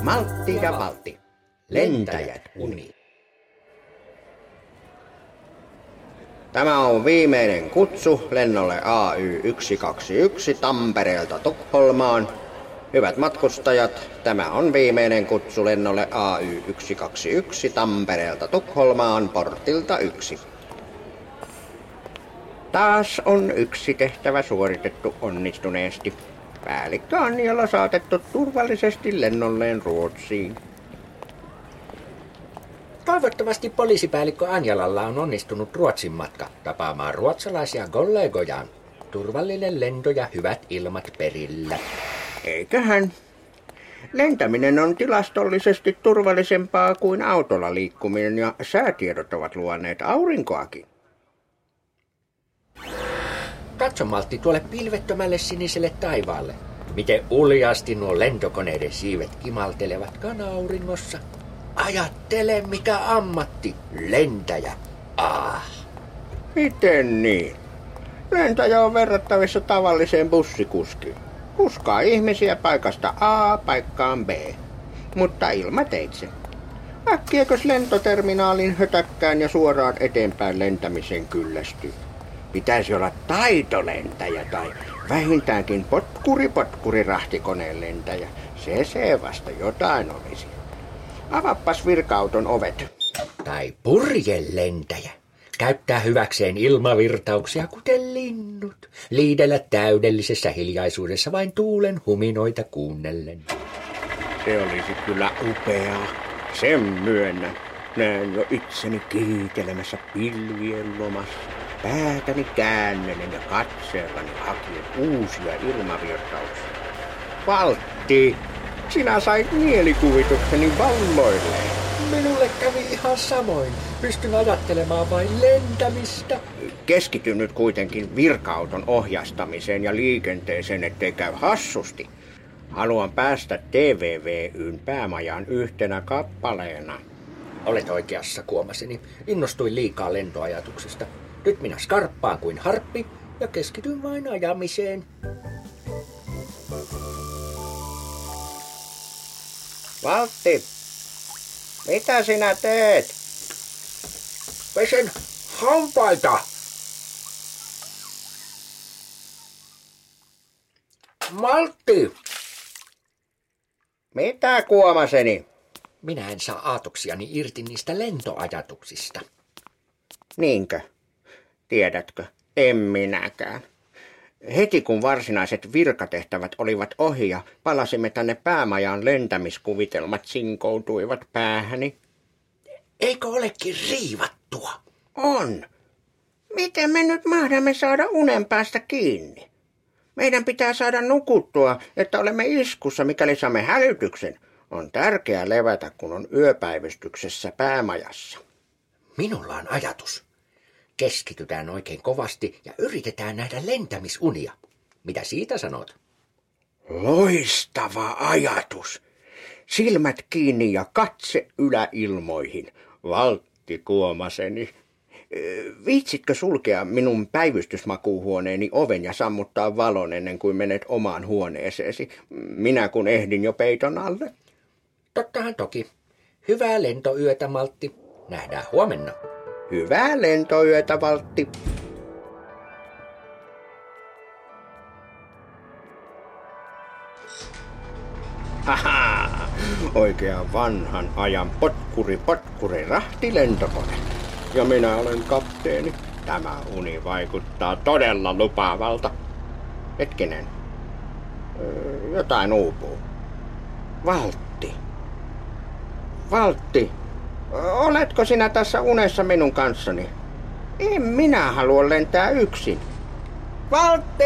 Maltti ja Valtti. Lentäjät uni. Tämä on viimeinen kutsu lennolle AY121 Tampereelta Tukholmaan. Hyvät matkustajat, tämä on viimeinen kutsu lennolle AY121 Tampereelta Tukholmaan portilta 1. Taas on yksi tehtävä suoritettu onnistuneesti. Päällikkö Anjala saatettu turvallisesti lennolleen Ruotsiin. Toivottavasti poliisipäällikkö Anjalalla on onnistunut Ruotsin matka tapaamaan ruotsalaisia kollegojaan. Turvallinen lento ja hyvät ilmat perillä. Eiköhän. Lentäminen on tilastollisesti turvallisempaa kuin autolla liikkuminen ja säätiedot ovat luoneet aurinkoakin. Katso Maltti tuolle pilvettömälle siniselle taivaalle. Miten uljaasti nuo lentokoneiden siivet kimaltelevatkaan auringossa. Ajattele mikä ammatti, lentäjä. Miten niin? Lentäjä on verrattavissa tavalliseen bussikuskiin. Kuskaa ihmisiä paikasta A paikkaan B, mutta ilmateitse. Äkkiäkös lentoterminaalin hötäkkään ja suoraan eteenpäin lentämisen kyllästyy? Pitäisi olla taitolentäjä tai vähintäänkin potkuri rahtikoneen lentäjä. Se vasta jotain olisi. Avappas virka-auton ovet. Tai purjelentäjä. Käyttää hyväkseen ilmavirtauksia kuten linnut. Liidellä täydellisessä hiljaisuudessa vain tuulen huminoita kuunnellen. Se olisi kyllä upeaa. Sen myönnän. Näen jo itseni kiitelemässä pilvien lomassa. Päätäni käännelen ja katseellani hakien uusia ilmavirtauksia. Valtti, sinä sait mielikuvitukseni valloilleen. Minulle kävi ihan samoin. Pystyn ajattelemaan vain lentämistä. Keskityn nyt kuitenkin virka-auton ohjastamiseen ja liikenteeseen, ettei käy hassusti. Haluan päästä TVVY:n päämajaan yhtenä kappaleena. Olet oikeassa, kuomaseni. Innostuin liikaa lentoajatuksesta. Nyt minä skarppaan kuin harppi ja keskityn vain ajamiseen. Valtti, mitä sinä teet? Pesen hampaita. Maltti! Mitä, kuomaseni? Minä en saa aatoksiani irti niistä lentoajatuksista. Niinkö? Tiedätkö? En minäkään. Heti kun varsinaiset virkatehtävät olivat ohi ja palasimme tänne päämajaan, lentämiskuvitelmat sinkoutuivat päähäni. Eikö olekin riivattua? On. Miten me nyt mahdamme saada unen päästä kiinni? Meidän pitää saada nukuttua, että olemme iskussa, mikäli saamme hälytyksen. On tärkeää levätä, kun on yöpäivystyksessä päämajassa. Minulla on ajatus. Keskitytään oikein kovasti ja yritetään nähdä lentämisunia. Mitä siitä sanot? Loistava ajatus. Silmät kiinni ja katse yläilmoihin. Valtti, kuomaseni. Viitsitkö sulkea minun päivystysmakuuhuoneeni oven ja sammuttaa valon ennen kuin menet omaan huoneeseesi? Minä kun ehdin jo peiton alle. Tottahan toki. Hyvää lentoyötä, Maltti. Nähdään huomenna. Hyvää lentoyötä, Valtti. Haha, oikean vanhan ajan potkuri rahtilentokone. Ja minä olen kapteeni. Tämä uni vaikuttaa todella lupaavalta. Hetkinen. Jotain uupuu. Valtti. Valtti. Oletko sinä tässä unessa minun kanssani? En minä halua lentää yksin. Valtti!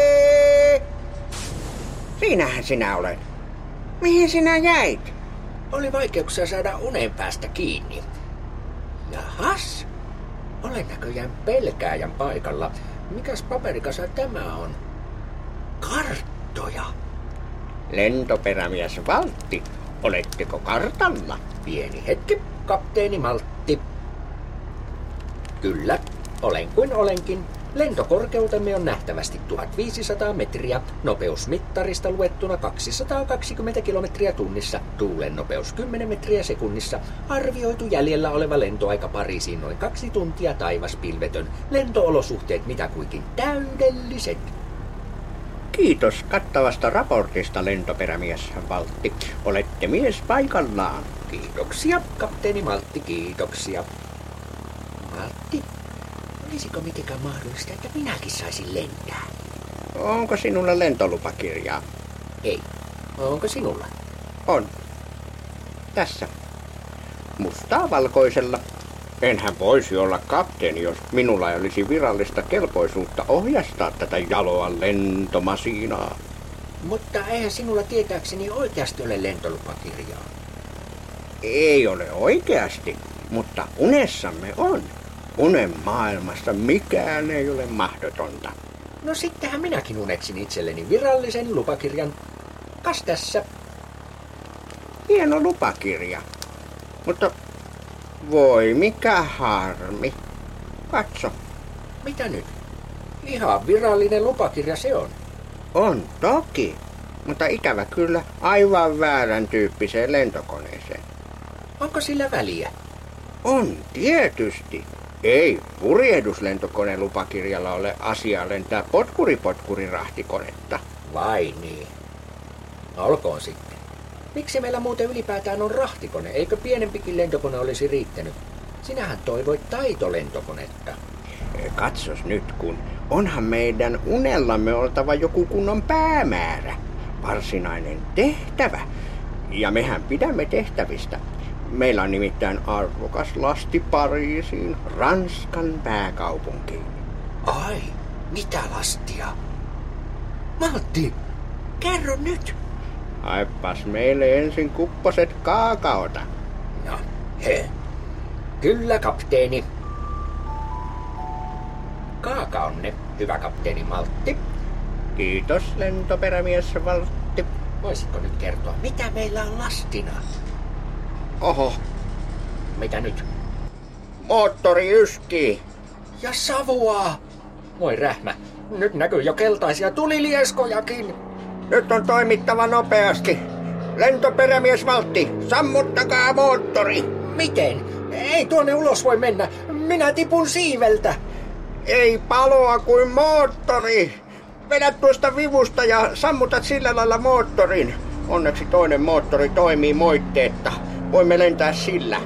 Siinähän sinä olet. Mihin sinä jäit? Oli vaikeuksia saada unen päästä kiinni. Jahas, olen näköjään pelkääjän paikalla. Mikäs paperikasa tämä on? Karttoja. Lentoperämies Valtti, oletteko kartalla? Pieni hetki, kapteeni Maltti. Kyllä, olen kuin olenkin. Lentokorkeutemme on nähtävästi 1500 metriä, nopeusmittarista luettuna 220 kilometriä tunnissa, tuulen nopeus 10 metriä sekunnissa, arvioitu jäljellä oleva lentoaika Pariisiin noin 2 tuntia, taivas pilvetön, lentoolosuhteet mitä kuikin täydelliset. Kiitos kattavasta raportista, lentoperämies Valtti. Olette mies paikallaan. Kiitoksia, kapteeni Maltti, kiitoksia. Maltti, olisiko mitenkään mahdollista, että minäkin saisin lentää? Onko sinulla lentolupakirjaa? Ei. Onko sinulla? On. Tässä. Mustaa valkoisella. Enhän voisi olla kapteeni, jos minulla ei olisi virallista kelpoisuutta ohjastaa tätä jaloa lentomasiinaa. Mutta eihän sinulla tietääkseni oikeasti ole lentolupakirjaa. Ei ole oikeasti, mutta unessamme on. Unen maailmassa mikään ei ole mahdotonta. No sittenhän minäkin uneksin itselleni virallisen lupakirjan. Kas tässä. Hieno lupakirja. Mutta voi mikä harmi. Katso. Mitä nyt? Ihan virallinen lupakirja se on. On toki, mutta ikävä kyllä aivan väärän tyyppiseen lentokoneeseen. Onko sillä väliä? On tietysti. Ei purjehduslentokoneen lupakirjalla ole asiaa lentää potkuri-rahtikonetta. Vai niin? Olkoon sitten. Miksi meillä muuten ylipäätään on rahtikone? Eikö pienempikin lentokone olisi riittänyt? Sinähän toivoit taitolentokonetta. Katsos nyt, kun onhan meidän unellamme oltava joku kunnon päämäärä. Varsinainen tehtävä. Ja mehän pidämme tehtävistä. Meillä on nimittäin arvokas lasti Pariisiin, Ranskan pääkaupunkiin. Ai, mitä lastia? Maltti, kerro nyt. Haippas meille ensin kupposet kaakaota. No, kyllä, kapteeni. Kaakaonne, hyvä kapteeni Maltti. Kiitos, lentoperämies Valtti. Voisitko nyt kertoa, mitä meillä on lastina? Oho. Mitä nyt? Moottori yskii. Ja savuaa. Voi rähmä, nyt näkyy jo keltaisia tulilieskojakin. Nyt on toimittava nopeasti. Lentoperämies Valtti, sammuttakaa moottori. Miten? Ei tuonne ulos voi mennä. Minä tipun siiveltä. Ei paloa kuin moottori. Vedät tuosta vivusta ja sammutat sillä lailla moottorin. Onneksi toinen moottori toimii moitteetta. Voimme lentää sillä.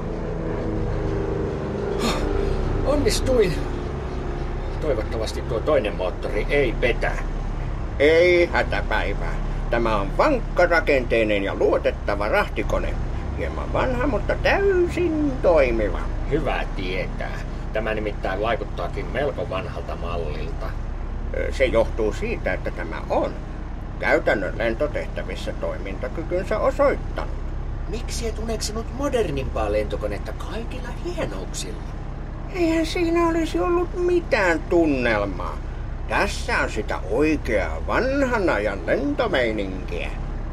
Onnistuin. Toivottavasti tuo toinen moottori ei petä. Ei hätäpäivää. Tämä on vankka rakenteinen ja luotettava rahtikone. Hieman vanha, mutta täysin toimiva. Hyvä tietää. Tämä nimittäin vaikuttaakin melko vanhalta mallilta. Se johtuu siitä, että tämä on käytännön lentotehtävissä toimintakykynsä osoittanut. Miksi et uneksinut modernimpaa lentokonetta kaikilla hienouksilla? Eihän siinä olisi ollut mitään tunnelmaa. Tässä on sitä oikeaa vanhan ajan lentomeininkiä.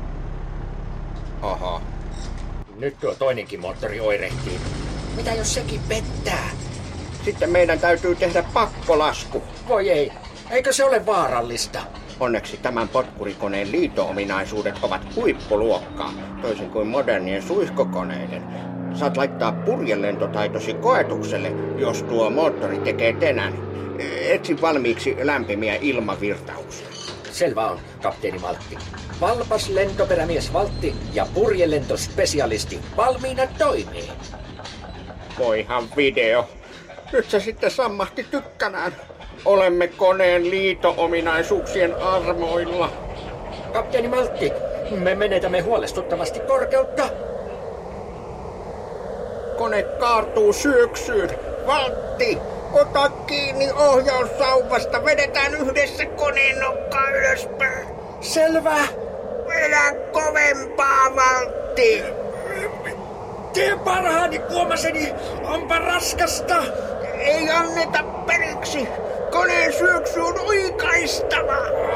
Oho. Nyt tuo toinenkin moottori oirehtii. Mitä jos sekin pettää? Sitten meidän täytyy tehdä pakkolasku. Voi ei. Eikö se ole vaarallista? Onneksi tämän potkurikoneen liito-ominaisuudet ovat huippuluokkaa, toisin kuin modernien suihkokoneiden. Saat laittaa purjelentotaitosi koetukselle, jos tuo moottori tekee tenän. Etsi valmiiksi lämpimiä ilmavirtauksia. Selvä on, kapteeni Maltti. Valpas lentoperämies Valtti ja purjelentospesialisti valmiina toimii. Voihan video. Nyt se sitten sammahti tykkänään. Olemme koneen liito-ominaisuuksien armoilla. Kapteeni Maltti, me menetämme huolestuttavasti korkeutta. Kone kaartuu syöksyyn. Valtti, ota kiinni ohjaussauvasta. Vedetään yhdessä koneen nokkaa ylöspäin. Selvä. Vedä kovempaa, Valtti. Tee parhaani, kuomaseni. Onpa raskasta. Ei anneta periksi. Koneen syöksy on oikaistava.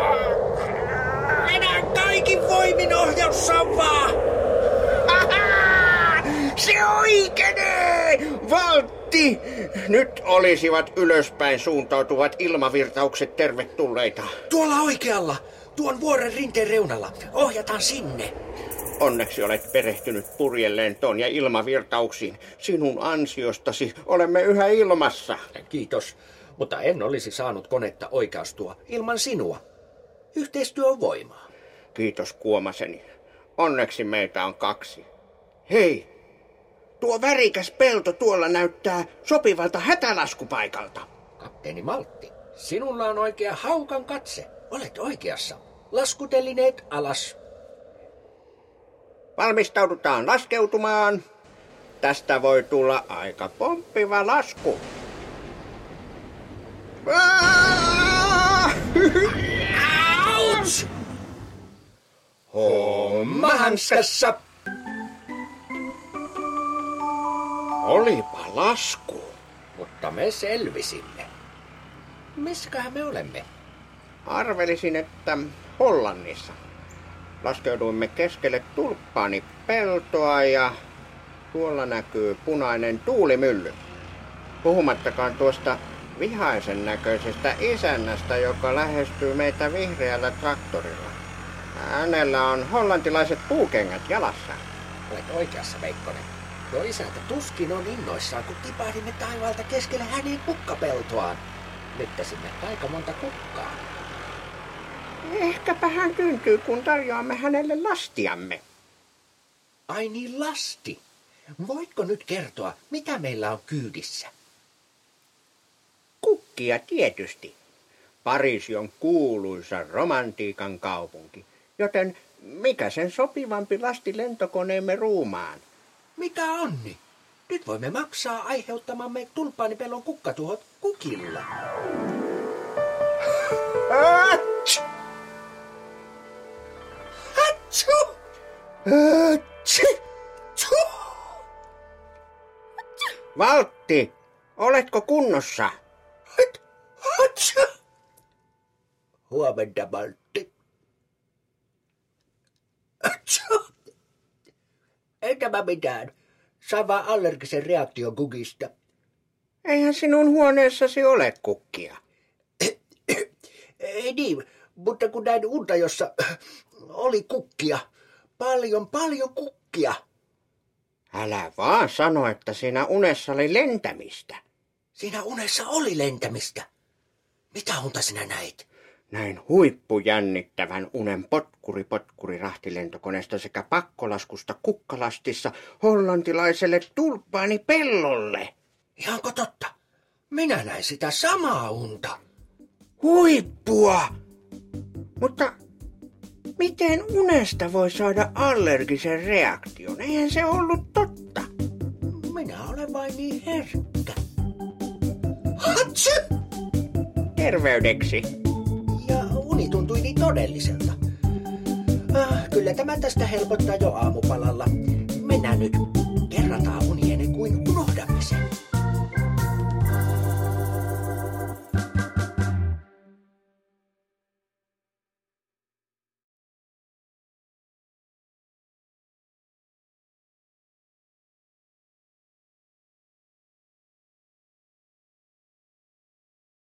Vedän kaikin voimin ohjaussauvaa. Se oikeenee! Valtti! Nyt olisivat ylöspäin suuntautuvat ilmavirtaukset tervetulleita. Tuolla oikealla, tuon vuoren rinteen reunalla. Ohjataan sinne. Onneksi olet perehtynyt purjelentoon ja ilmavirtauksiin. Sinun ansiostasi olemme yhä ilmassa. Kiitos, mutta en olisi saanut konetta oikeastua ilman sinua. Yhteistyö on voimaa. Kiitos Kuomaseni. Onneksi meitä on 2. Hei, tuo värikäs pelto tuolla näyttää sopivalta hätälaskupaikalta. Kapteeni Maltti, sinulla on oikea haukan katse. Olet oikeassa. Laskutelineet alas. Valmistaudutaan laskeutumaan. Tästä voi tulla aika pomppiva lasku. Ouch! Homma hanskassa. Olipa lasku. Mutta me selvisimme. Missäköhän me olemme? Arvelisin, että Hollannissa. Laskeuduimme keskelle tulppaanipeltoa ja tuolla näkyy punainen tuulimylly. Puhumattakaan tuosta vihaisen näköisestä isännästä, joka lähestyy meitä vihreällä traktorilla. Hänellä on hollantilaiset puukengät jalassa. Olet oikeassa, Veikkonen. Tuo isäntä tuskin on innoissaan, kun tipahdimme taivaalta keskelle hänen kukkapeltoaan. Lyttäsimme aika monta kukkaa. Ehkäpä hän kyntyy, kun tarjoamme hänelle lastiamme. Ai niin, lasti. Voitko nyt kertoa, mitä meillä on kyydissä? Kukkia tietysti. Pariisi on kuuluisa romantiikan kaupunki, joten mikä sen sopivampi lasti lentokoneemme ruumaan? Mikä onni? Nyt voimme maksaa aiheuttamamme tulppaanipellon kukkatuhot kukilla. Hatschu! Valtti, oletko kunnossa? Hatschu! Huomenta, Valtti. Hatschu! Ei tämä mitään. Saa vaan allergisen reaktion kukista. Eihän sinun huoneessasi ole kukkia. Ei niin, mutta kun näin unta, jossa oli kukkia. Paljon kukkia. Älä vaan sano, että siinä unessa oli lentämistä. Siinä unessa oli lentämistä. Mitä unta sinä näit? Näin huippujännittävän unen potkuri rahtilentokoneesta sekä pakkolaskusta kukkalastissa hollantilaiselle tulppaanipellolle. Ihanko totta? Minä näin sitä samaa unta. Huippua! Mutta miten unesta voi saada allergisen reaktion? Eihän se ollut totta. Minä olen vain niin herkkä. Hatsy! Terveydeksi. Ja uni tuntui niin todelliselta. Kyllä tämä tästä helpottaa jo aamupalalla. Mennään nyt. Kerrataan